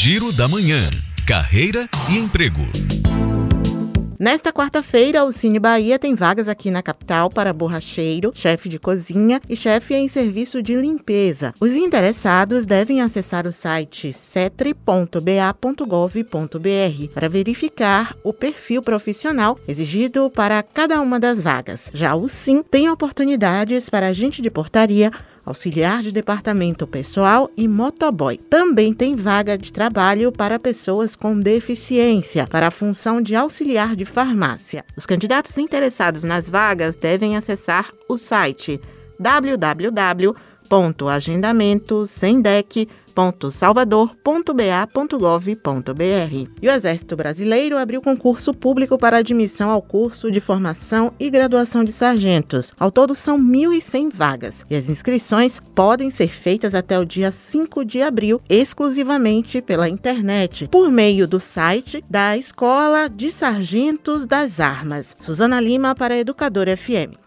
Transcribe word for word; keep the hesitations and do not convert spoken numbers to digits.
Giro da Manhã. Carreira e emprego. Nesta quarta-feira, o Cine Bahia tem vagas aqui na capital para borracheiro, chefe de cozinha e chefe em serviço de limpeza. Os interessados devem acessar o site cetre ponto b a ponto gov ponto b r para verificar o perfil profissional exigido para cada uma das vagas. Já o Sim tem oportunidades para agente de portaria, auxiliar de departamento pessoal e motoboy. Também tem vaga de trabalho para pessoas com deficiência, para a função de auxiliar de farmácia. Os candidatos interessados nas vagas devem acessar o site w w w ponto agendamento sendec ponto salvador ponto b a ponto gov ponto b r. E o Exército Brasileiro abriu concurso público para admissão ao curso de formação e graduação de sargentos. Ao todo são mil e cem vagas e as inscrições podem ser feitas até o dia cinco de abril, exclusivamente pela internet, por meio do site da Escola de Sargentos das Armas. Suzana Lima para a Educadora F M.